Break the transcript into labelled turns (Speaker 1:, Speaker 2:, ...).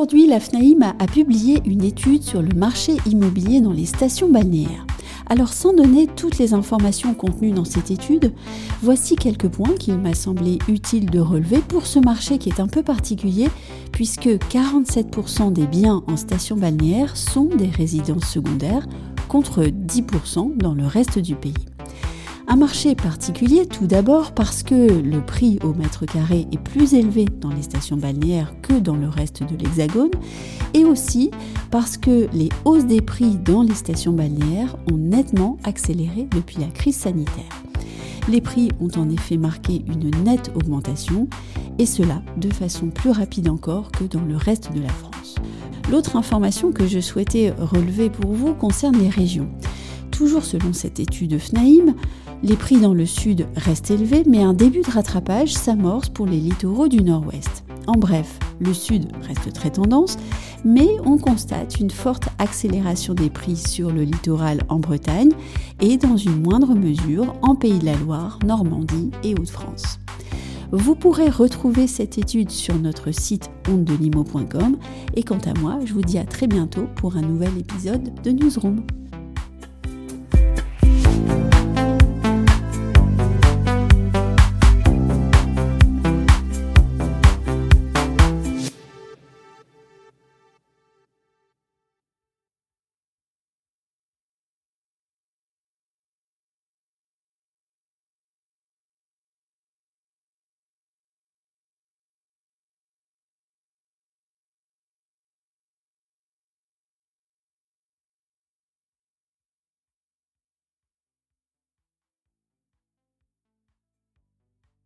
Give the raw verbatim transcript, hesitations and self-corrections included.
Speaker 1: Aujourd'hui, la FNAIM a publié une étude sur le marché immobilier dans les stations balnéaires. Alors, sans donner toutes les informations contenues dans cette étude, voici quelques points qu'il m'a semblé utile de relever pour ce marché qui est un peu particulier, puisque quarante-sept pour cent des biens en station balnéaire sont des résidences secondaires, contre dix pour cent dans le reste du pays. Un marché particulier tout d'abord parce que le prix au mètre carré est plus élevé dans les stations balnéaires que dans le reste de l'Hexagone, et aussi parce que les hausses des prix dans les stations balnéaires ont nettement accéléré depuis la crise sanitaire. Les prix ont en effet marqué une nette augmentation, et cela de façon plus rapide encore que dans le reste de la France. L'autre information que je souhaitais relever pour vous concerne les régions. Toujours selon cette étude FNAIM, les prix dans le sud restent élevés, mais un début de rattrapage s'amorce pour les littoraux du nord-ouest. En bref, le sud reste très tendance, mais on constate une forte accélération des prix sur le littoral en Bretagne et dans une moindre mesure en Pays de la Loire, Normandie et Hauts-de-France. Vous pourrez retrouver cette étude sur notre site onde de limo point com et quant à moi, je vous dis à très bientôt pour un nouvel épisode de Newsroom.